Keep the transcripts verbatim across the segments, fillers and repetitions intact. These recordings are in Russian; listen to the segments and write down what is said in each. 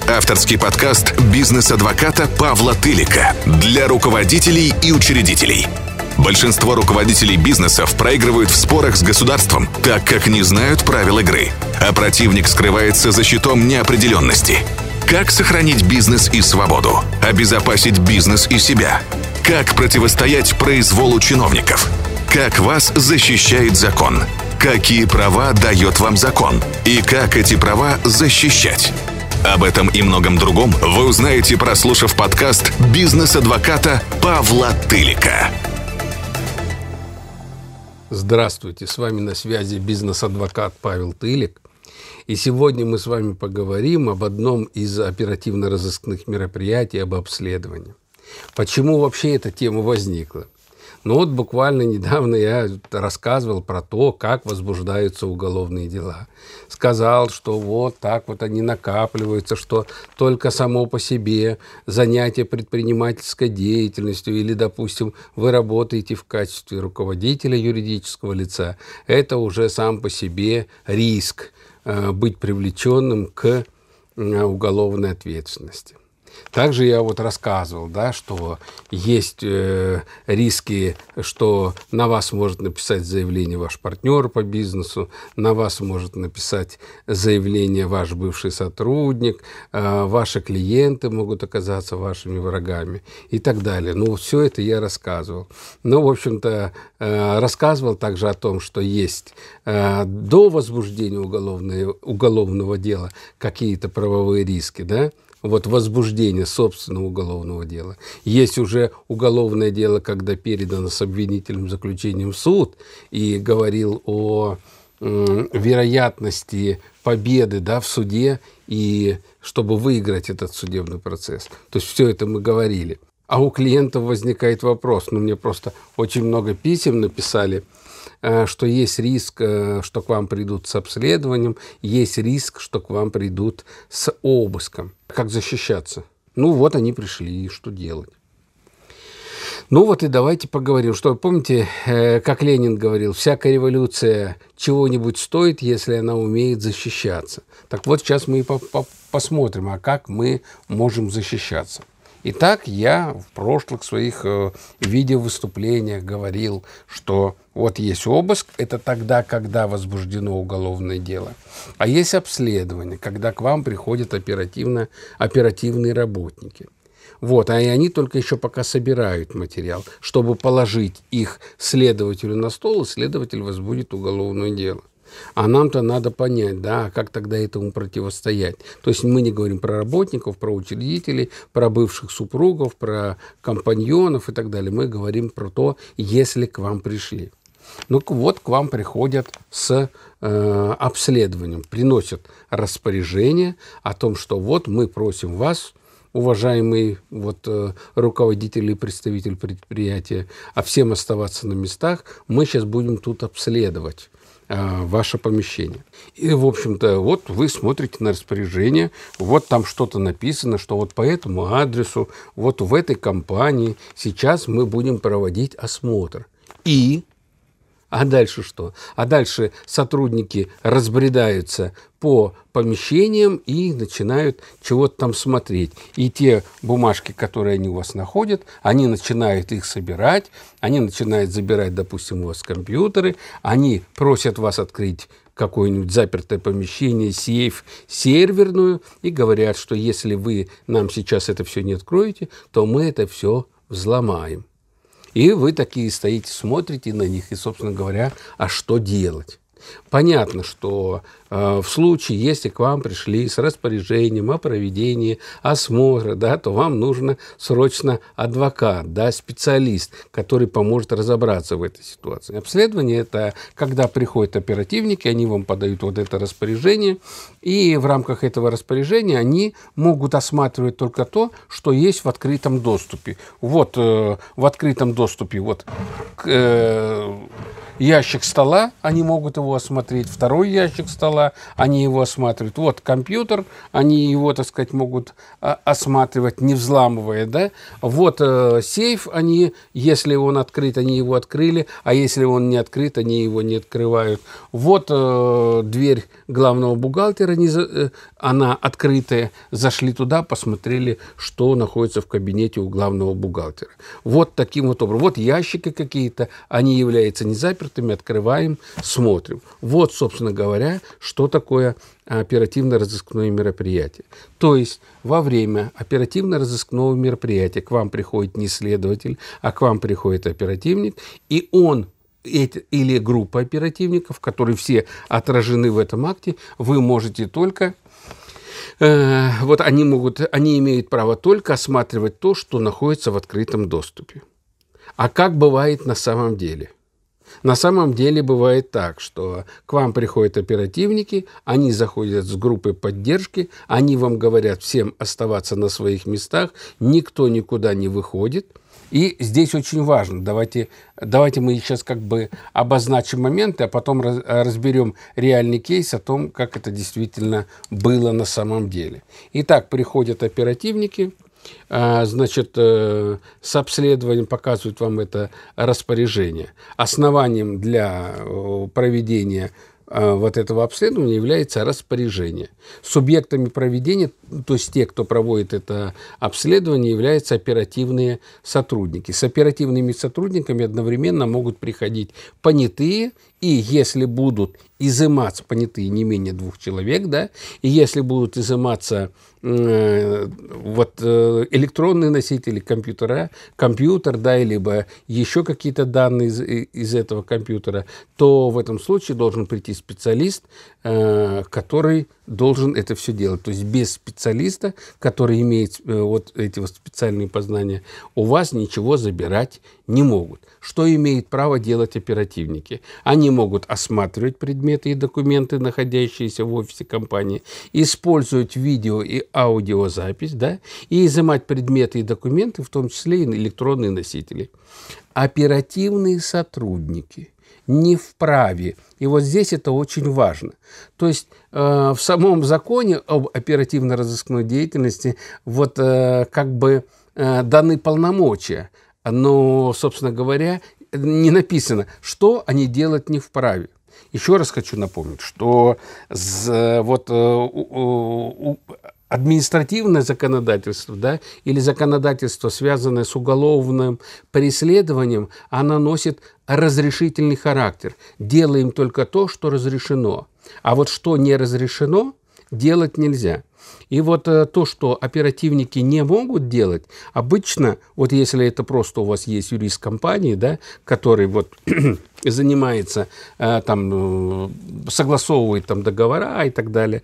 Авторский подкаст бизнес-адвоката Павла Тылика для руководителей и учредителей. Большинство руководителей бизнесов проигрывают в спорах с государством, так как не знают правил игры, а противник скрывается за щитом неопределенности. Как сохранить бизнес и свободу? Обезопасить бизнес и себя? Как противостоять произволу чиновников? Как вас защищает закон? Какие права дает вам закон? И как эти права защищать? Об этом и многом другом вы узнаете, прослушав подкаст бизнес-адвоката Павла Тылика. Здравствуйте, с вами на связи бизнес-адвокат Павел Тылик. И сегодня мы с вами поговорим об одном из оперативно-розыскных мероприятий, об обследовании. Почему вообще эта тема возникла? Ну вот буквально недавно я рассказывал про то, как возбуждаются уголовные дела. Сказал, что вот так вот они накапливаются, что только само по себе занятие предпринимательской деятельностью или, допустим, вы работаете в качестве руководителя юридического лица, это уже сам по себе риск э, быть привлеченным к э, уголовной ответственности. Также я вот рассказывал, да, что есть э, риски, что на вас может написать заявление ваш партнер по бизнесу, на вас может написать заявление ваш бывший сотрудник, э, ваши клиенты могут оказаться вашими врагами и так далее. Ну, все это я рассказывал. Ну, в общем-то, э, рассказывал также о том, что есть э, до возбуждения уголовного, уголовного дела какие-то правовые риски, да, вот возбуждение собственного уголовного дела. Есть уже уголовное дело, когда передано с обвинительным заключением в суд, и говорил о э, вероятности победы, да, в суде, и чтобы выиграть этот судебный процесс. То есть все это мы говорили. А у клиентов возникает вопрос, ну мне просто очень много писем написали, что есть риск, что к вам придут с обследованием, есть риск, что к вам придут с обыском. Как защищаться? Ну вот они пришли, и что делать? Ну вот и давайте поговорим, что помните, как Ленин говорил, всякая революция чего-нибудь стоит, если она умеет защищаться. Так вот сейчас мы и по- по- посмотрим, а как мы можем защищаться. Итак, я в прошлых своих э, видеовыступлениях говорил, что вот есть обыск, это тогда, когда возбуждено уголовное дело, а есть обследование, когда к вам приходят оперативно, оперативные работники. Вот, а они только еще пока собирают материал, чтобы положить их следователю на стол, и следователь возбудит уголовное дело. А нам-то надо понять, да, как тогда этому противостоять. То есть мы не говорим про работников, про учредителей, про бывших супругов, про компаньонов и так далее. Мы говорим про то, если к вам пришли. Ну вот к вам приходят с э, обследованием, приносят распоряжение о том, что вот мы просим вас, уважаемый вот, э, руководитель и представитель предприятия, а всем оставаться на местах, мы сейчас будем тут обследовать ваше помещение. И, в общем-то, вот вы смотрите на распоряжение, вот там что-то написано, что вот по этому адресу, вот в этой компании сейчас мы будем проводить осмотр. И... А дальше что? А дальше сотрудники разбредаются по помещениям и начинают чего-то там смотреть. И те бумажки, которые они у вас находят, они начинают их собирать, они начинают забирать, допустим, у вас компьютеры, они просят вас открыть какое-нибудь запертое помещение, сейф, серверную, и говорят, что если вы нам сейчас это все не откроете, то мы это все взломаем. И вы такие стоите, смотрите на них, и, собственно говоря, а что делать? Понятно, что э, в случае, если к вам пришли с распоряжением о проведении осмотра, да, то вам нужно срочно адвокат, да, специалист, который поможет разобраться в этой ситуации. Обследование – это когда приходят оперативники, они вам подают вот это распоряжение, и в рамках этого распоряжения они могут осматривать только то, что есть в открытом доступе. Вот э, в открытом доступе вот э, ящик стола, они могут его осмотреть, второй ящик стола, они его осматривают. Вот компьютер, они его, так сказать, могут а, осматривать, не взламывая, да. Вот э, сейф, они, если он открыт, они его открыли, а если он не открыт, они его не открывают. Вот э, дверь главного бухгалтера, не, за, она открытая, зашли туда, посмотрели, что находится в кабинете у главного бухгалтера. Вот таким вот образом. Вот ящики какие-то, они являются незапертыми, открываем, смотрим. Вот, собственно говоря, что такое оперативно-розыскное мероприятие. То есть во время оперативно-розыскного мероприятия к вам приходит не следователь, а к вам приходит оперативник, и он или группа оперативников, которые все отражены в этом акте, вы можете только, э, вот они могут, они имеют право только осматривать то, что находится в открытом доступе. А как бывает на самом деле? На самом деле бывает так, что к вам приходят оперативники, они заходят с группой поддержки, они вам говорят всем оставаться на своих местах, никто никуда не выходит. И здесь очень важно, давайте, давайте мы сейчас как бы обозначим моменты, а потом раз, разберем реальный кейс о том, как это действительно было на самом деле. Итак, приходят оперативники, значит, с обследованием показывают вам это распоряжение. Основанием для проведения вот этого обследования является распоряжение. Субъектами проведения, то есть те, кто проводит это обследование, являются оперативные сотрудники. С оперативными сотрудниками одновременно могут приходить понятые, и если будут изыматься понятые не менее двух человек, да, и если будут изыматься э, вот, э, электронные носители компьютера, компьютер, да, либо еще какие-то данные из, из этого компьютера, то в этом случае должен прийти специалист, э, который должен это все делать. То есть без специалиста, который имеет э, вот эти вот специальные познания, у вас ничего забирать не могут. Что имеют право делать оперативники? Они могут осматривать предметы и документы, находящиеся в офисе компании, использовать видео и аудиозапись, да, и изымать предметы и документы, в том числе и электронные носители. Оперативные сотрудники не вправе, и вот здесь это очень важно. То есть э, в самом законе об оперативно-розыскной деятельности вот э, как бы э, даны полномочия, но, собственно говоря, не написано, что они делать не вправе. Еще раз хочу напомнить, что вот административное законодательство, да, или законодательство, связанное с уголовным преследованием, оно носит разрешительный характер. Делаем только то, что разрешено. А вот что не разрешено, делать нельзя. И вот э, то, что оперативники не могут делать, обычно, вот если это просто у вас есть юрист компании, да, который вот занимается, э, там, э, согласовывает там договора и так далее,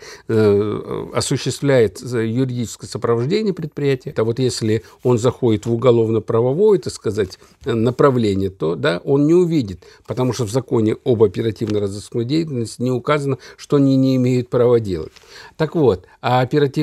э, осуществляет юридическое сопровождение предприятия, а вот если он заходит в уголовно-правовое, так сказать, направление, то, да, он не увидит, потому что в законе об оперативно-розыскной деятельности не указано, что они не имеют права делать. Так вот, а оперативный,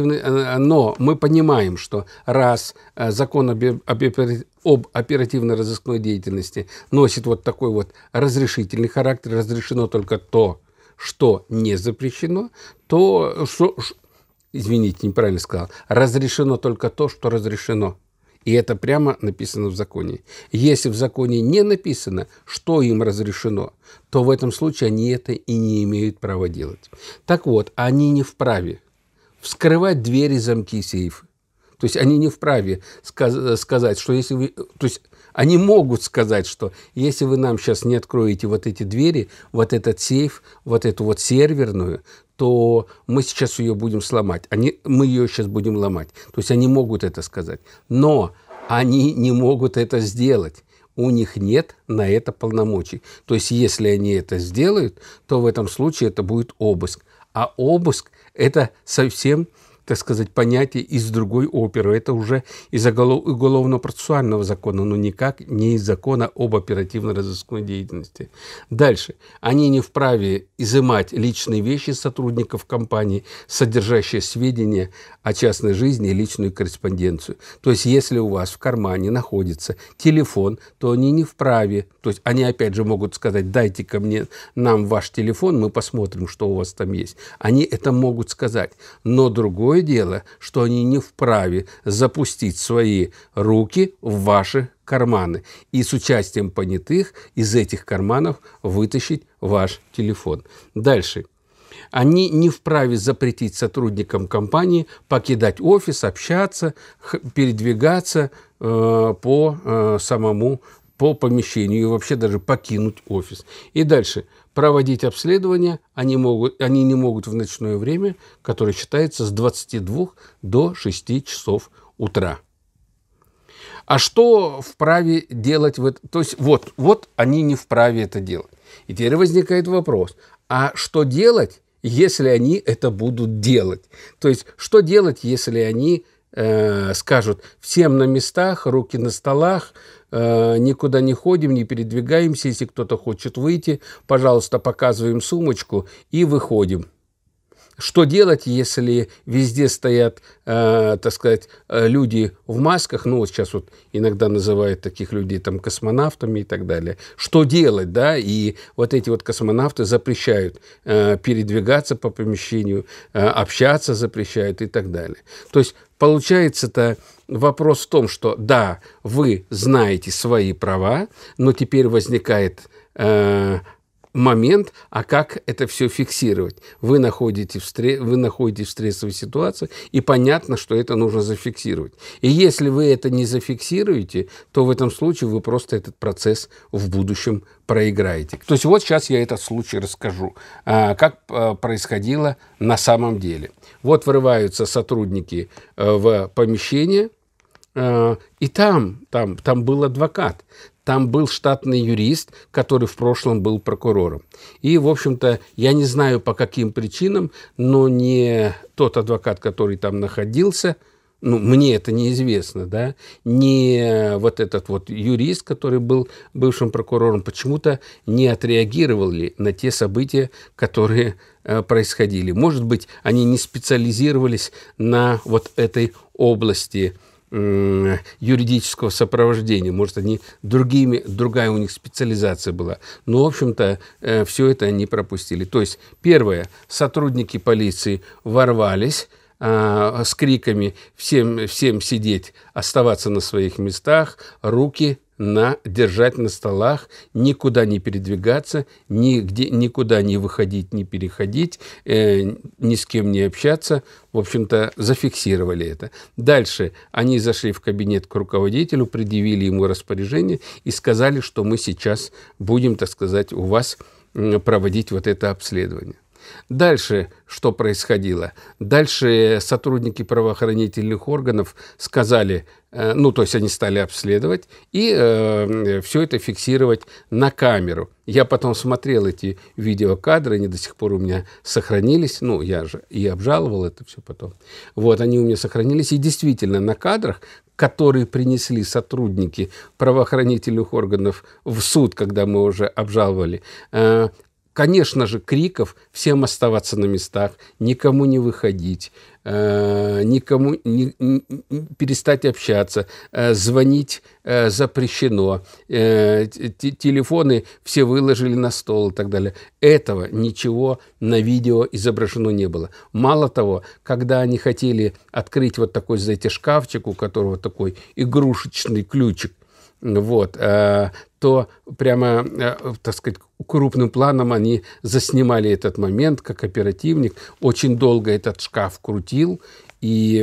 но мы понимаем, что раз закон об, об, об оперативно-розыскной деятельности носит вот такой вот разрешительный характер, разрешено только то, что не запрещено, то, что, извините, неправильно сказал, разрешено только то, что разрешено. И это прямо написано в законе. Если в законе не написано, что им разрешено, то в этом случае они это и не имеют права делать. Так вот, они не вправе вскрывать двери, замки, сейфы. То есть они не вправе сказ- сказать, что если вы... То есть они могут сказать, что если вы нам сейчас не откроете вот эти двери, вот этот сейф, вот эту вот серверную, то мы сейчас ее будем сломать. Они, мы ее сейчас будем ломать. То есть они могут это сказать. Но они не могут это сделать. У них нет на это полномочий. То есть если они это сделают, то в этом случае это будет обыск. А обыск – это совсем, так сказать, понятие из другой оперы. Это уже из уголовно-процессуального закона, но никак не из закона об оперативно-розыскной деятельности. Дальше. Они не вправе изымать личные вещи сотрудников компании, содержащие сведения о частной жизни и личную корреспонденцию. То есть, если у вас в кармане находится телефон, то они не вправе. То есть, они опять же могут сказать: дайте ко мне нам ваш телефон, мы посмотрим, что у вас там есть. Они это могут сказать. Но другое дело, что они не вправе запустить свои руки в ваши карманы и с участием понятых из этих карманов вытащить ваш телефон. Дальше. они не вправе запретить сотрудникам компании покидать офис, общаться, передвигаться э, по э, самому по помещению и вообще даже покинуть офис. И дальше. Проводить обследование они, могут, они не могут в ночное время, которое считается с двадцати двух до шести часов утра. А что вправе делать? В это? То есть вот, вот они не вправе это делать. И теперь возникает вопрос, а что делать, если они это будут делать? То есть что делать, если они э, скажут всем на местах, руки на столах, э, никуда не ходим, не передвигаемся, если кто-то хочет выйти, пожалуйста, показываем сумочку и выходим. Что делать, если везде стоят, э, так сказать, люди в масках, ну, вот сейчас вот иногда называют таких людей там космонавтами и так далее. Что делать, да, и вот эти вот космонавты запрещают э, передвигаться по помещению, э, общаться запрещают и так далее. То есть получается-то вопрос в том, что да, вы знаете свои права, но теперь возникает э, момент, а как это все фиксировать. Вы находитесь, в стре... вы находитесь в стрессовой ситуации, и понятно, что это нужно зафиксировать. И если вы это не зафиксируете, то в этом случае вы просто этот процесс в будущем проиграете. То есть вот сейчас я этот случай расскажу, как происходило на самом деле. Вот врываются сотрудники в помещение, и там, там, там был адвокат. Там был штатный юрист, который в прошлом был прокурором. И, в общем-то, я не знаю, по каким причинам, но не тот адвокат, который там находился, ну, мне это неизвестно, да, не вот этот вот юрист, который был бывшим прокурором, почему-то не отреагировали на те события, которые э, происходили. Может быть, они не специализировались на вот этой области юридического сопровождения, может, они другими, другая у них специализация была. Но, в общем-то, э, все это они пропустили. То есть, первое, сотрудники полиции ворвались э, с криками «всем, всем сидеть, оставаться на своих местах, руки на, держать на столах, никуда не передвигаться, нигде, никуда не выходить, не переходить, э, ни с кем не общаться». В общем-то, зафиксировали это. Дальше они зашли в кабинет к руководителю, предъявили ему распоряжение и сказали, что мы сейчас будем, так сказать, у вас проводить вот это обследование. Дальше что происходило? Дальше сотрудники правоохранительных органов сказали, э, ну, то есть они стали обследовать и э, все это фиксировать на камеру. Я потом смотрел эти видеокадры, они до сих пор у меня сохранились. Ну, я же и обжаловал это все потом. Вот, они у меня сохранились. И действительно, на кадрах, которые принесли сотрудники правоохранительных органов в суд, когда мы уже обжаловали, э, конечно же, криков «всем оставаться на местах», «никому не выходить», э, «никому не, не, перестать общаться», э, «звонить э, запрещено», э, телефоны все выложили на стол и так далее. Этого ничего на видео изображено не было. Мало того, когда они хотели открыть вот такой, знаете, шкафчик, у которого такой игрушечный ключик, вот, э, то прямо, э, так сказать, крупным планом они заснимали этот момент, как оперативник. Очень долго этот шкаф крутил, и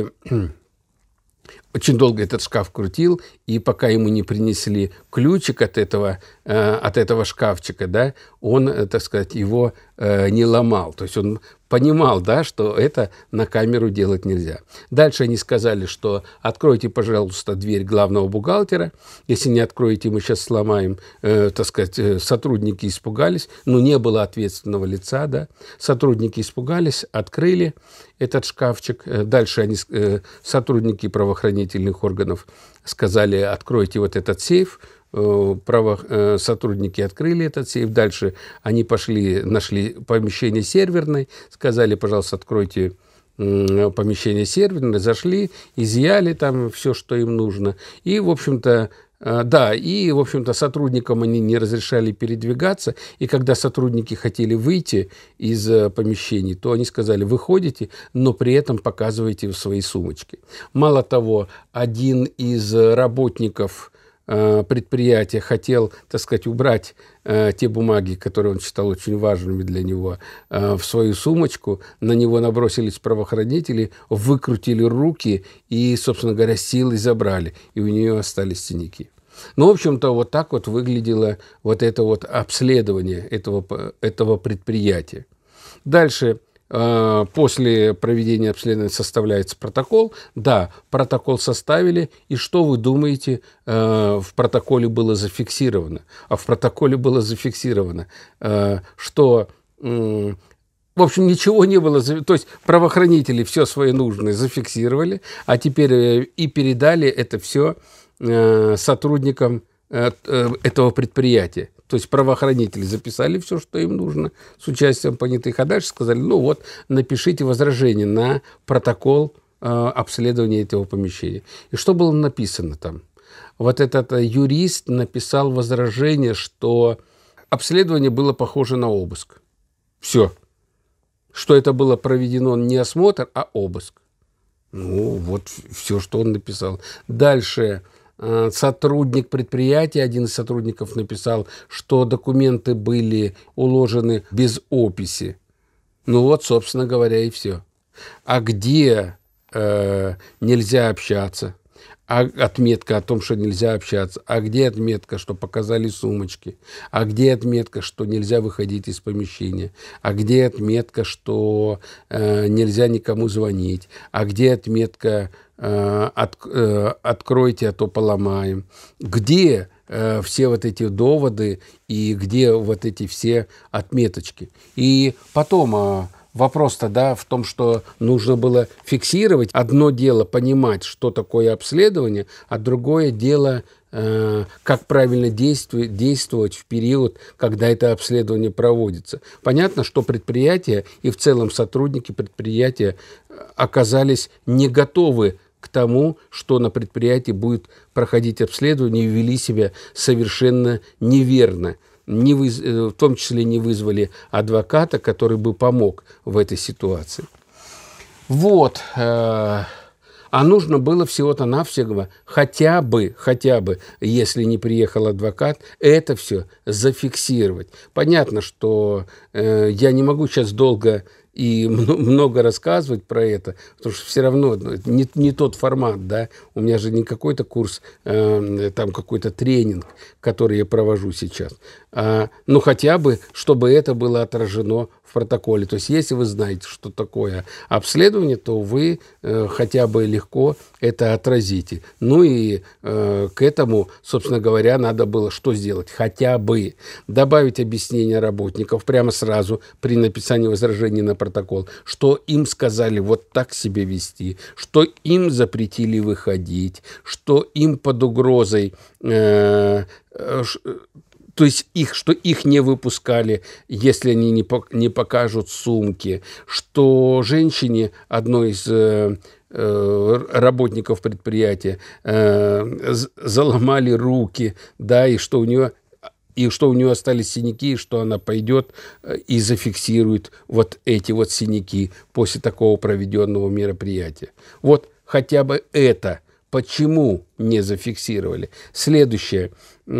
очень долго этот шкаф крутил, и пока ему не принесли ключик от этого, э, от этого шкафчика, да, он, э, так сказать, его э, не ломал. То есть он понимал, да, что это на камеру делать нельзя. Дальше они сказали, что откройте, пожалуйста, дверь главного бухгалтера. Если не откроете, мы сейчас сломаем. Э, так сказать, сотрудники испугались. Ну, не было ответственного лица, да. Сотрудники испугались, открыли этот шкафчик. Дальше они, э, сотрудники правоохранительных органов сказали, откройте вот этот сейф. Право, сотрудники открыли этот сейф. Дальше они пошли, нашли помещение серверное, сказали, пожалуйста, откройте помещение серверное, зашли, изъяли там все, что им нужно. И, в общем-то, да, и, в общем-то, сотрудникам они не разрешали передвигаться, и когда сотрудники хотели выйти из помещений, то они сказали, выходите, но при этом показывайте свои сумочки. Мало того, один из работников предприятия хотел, так сказать, убрать те бумаги, которые он считал очень важными для него, в свою сумочку, на него набросились правоохранители, выкрутили руки и, собственно говоря, силой забрали, и у нее остались синяки. Ну, в общем-то, вот так вот выглядело вот это вот обследование этого, этого предприятия. Дальше, после проведения обследования составляется протокол. Да, протокол составили, и что вы думаете, в протоколе было зафиксировано? А в протоколе было зафиксировано, что, в общем, ничего не было, то есть правоохранители все свое нужное зафиксировали, а теперь и передали это все сотрудникам этого предприятия. То есть правоохранители записали все, что им нужно, с участием понятых, а дальше сказали, ну вот, напишите возражение на протокол э, обследования этого помещения. И что было написано там? Вот этот юрист написал возражение, что обследование было похоже на обыск. Все. Что это было проведено не осмотр, а обыск. Ну, вот все, что он написал. Дальше... Сотрудник предприятия, один из сотрудников написал, что документы были уложены без описи. Ну вот, собственно говоря, и все. А где э, нельзя общаться? А отметка о том, что нельзя общаться. А где отметка, что показали сумочки? А где отметка, что нельзя выходить из помещения? А где отметка, что э, нельзя никому звонить? А где отметка э, от, э, «откройте, а то поломаем»? Где э, все вот эти доводы и где вот эти все отметочки? И потом... Э, Вопрос-то, да, в том, что нужно было фиксировать. Одно дело понимать, что такое обследование, а другое дело, э, как правильно действовать, действовать в период, когда это обследование проводится. Понятно, что предприятия и в целом сотрудники предприятия оказались не готовы к тому, что на предприятии будет проходить обследование, и вели себя совершенно неверно. Не выз... в том числе не вызвали адвоката, который бы помог в этой ситуации. Вот. А нужно было всего-то навсего хотя бы, хотя бы, если не приехал адвокат, это все зафиксировать. Понятно, что э, я не могу сейчас долго и много рассказывать про это, потому что все равно не, не тот формат, да, у меня же не какой-то курс, э, там какой-то тренинг, который я провожу сейчас, а, ну хотя бы, чтобы это было отражено в протоколе. То есть, если вы знаете, что такое обследование, то вы э, хотя бы легко это отразите. Ну и э, к этому, собственно говоря, надо было что сделать? Хотя бы добавить объяснение работников прямо сразу при написании возражений на протокол, что им сказали вот так себя вести, что им запретили выходить, что им под угрозой... Э, э, То есть их, что их не выпускали, если они не, по, не покажут сумки, что женщине, одной из э, э, работников предприятия, э, заломали руки, да, и что у нее... и что у нее остались синяки, и что она пойдет и зафиксирует вот эти вот синяки после такого проведенного мероприятия. Вот хотя бы это. Почему не зафиксировали? Следующее.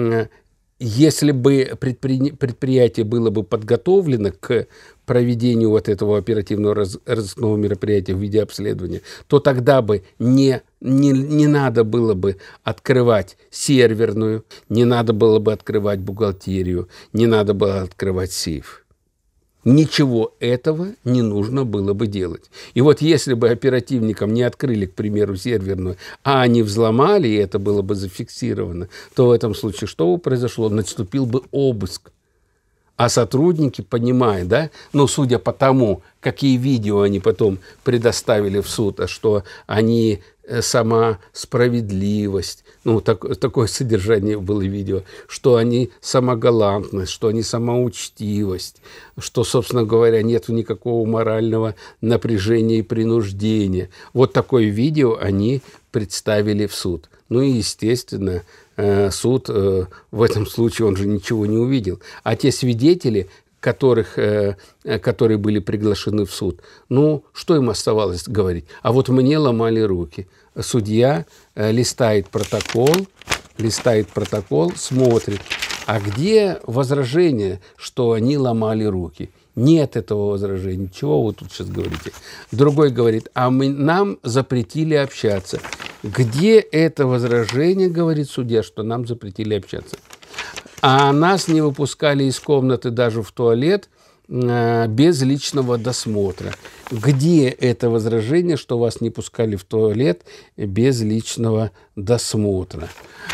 Если бы предпри... предприятие было бы подготовлено к проведению вот этого оперативного раз... разыскного мероприятия в виде обследования, то тогда бы не, не, не надо было бы открывать серверную, не надо было бы открывать бухгалтерию, не надо было открывать сейф. Ничего этого не нужно было бы делать. И вот если бы оперативникам не открыли, к примеру, серверную, а они взломали, и это было бы зафиксировано, то в этом случае что бы произошло? Наступил бы обыск. А сотрудники, понимая, да, ну, судя по тому, какие видео они потом предоставили в суд, а что они сама справедливость, ну, так, такое содержание было видео, что они самогалантность, что они самоучтивость, что, собственно говоря, нет никакого морального напряжения и принуждения. Вот такое видео они представили в суд. Ну и, естественно, суд в этом случае, он же ничего не увидел. А те свидетели, которых, которые были приглашены в суд, ну, что им оставалось говорить? А вот мне ломали руки. Судья листает протокол, листает протокол, смотрит, а где возражение, что они ломали руки? Нет этого возражения. Чего вы тут сейчас говорите? Другой говорит, а мы, нам запретили общаться. Где это возражение, говорит судья, что нам запретили общаться? А нас не выпускали из комнаты даже в туалет э, без личного досмотра. Где это возражение, что вас не пускали в туалет без личного досмотра?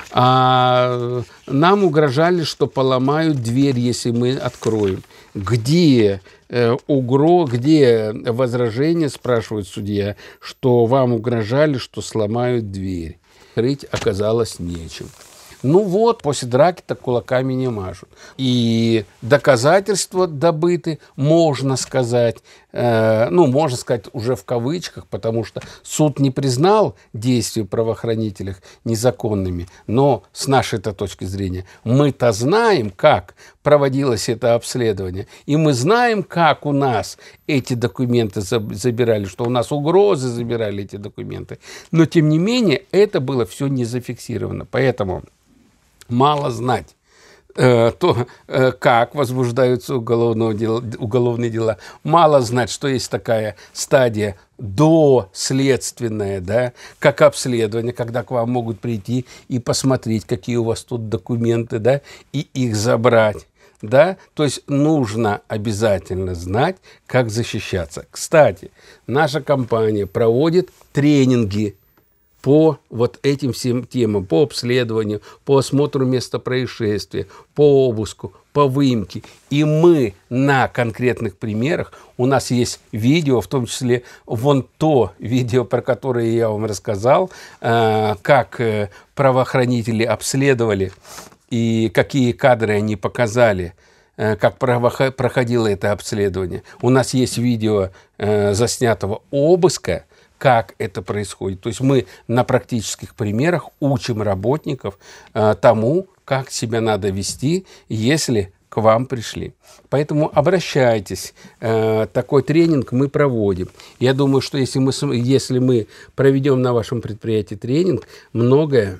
А нам угрожали, что поломают дверь, если мы откроем. Где э, угро, где возражение, спрашивает судья, что вам угрожали, что сломают дверь? Крыть оказалось нечем. Ну вот, после драки-то кулаками не мажут. И доказательства добыты, можно сказать, э, ну, можно сказать уже в кавычках, потому что суд не признал действия правоохранителей незаконными, но с нашей-то точки зрения мы-то знаем, как проводилось это обследование, и мы знаем, как у нас эти документы забирали, что у нас угрозы забирали эти документы, но тем не менее это было все не зафиксировано, поэтому... Мало знать э, то, э, как возбуждаются уголовные дела, уголовные дела. Мало знать, что есть такая стадия доследственная, да, как обследование, когда к вам могут прийти и посмотреть, какие у вас тут документы, да, и их забрать. Да? То есть нужно обязательно знать, как защищаться. Кстати, наша компания проводит тренинги по вот этим всем темам, по обследованию, по осмотру места происшествия, по обыску, по выемке. И мы на конкретных примерах, у нас есть видео, в том числе вон то видео, про которое я вам рассказал, как правоохранители обследовали и какие кадры они показали, как проходило это обследование. У нас есть видео заснятого обыска, как это происходит. То есть мы на практических примерах учим работников э, тому, как себя надо вести, если к вам пришли. Поэтому обращайтесь. Э, такой тренинг мы проводим. Я думаю, что если мы, если мы проведем на вашем предприятии тренинг, многое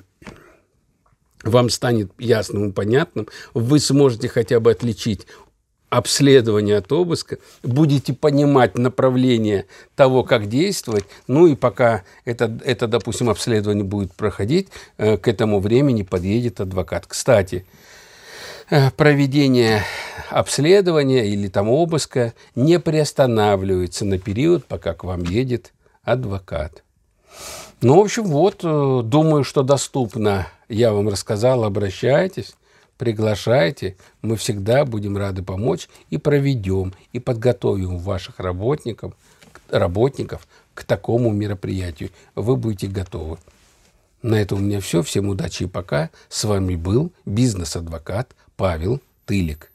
вам станет ясным и понятным. Вы сможете хотя бы отличить обследование от обыска, будете понимать направление того, как действовать, ну и пока это, это допустим, обследование будет проходить, э, к этому времени подъедет адвокат. Кстати, э, проведение обследования или там обыска не приостанавливается на период, пока к вам едет адвокат. Ну, в общем, вот, э, думаю, что доступно, я вам рассказал, обращайтесь. Приглашайте, мы всегда будем рады помочь и проведем, и подготовим ваших работников, работников к такому мероприятию. Вы будете готовы. На этом у меня все. Всем удачи и пока. С вами был бизнес-адвокат Павел Тылик.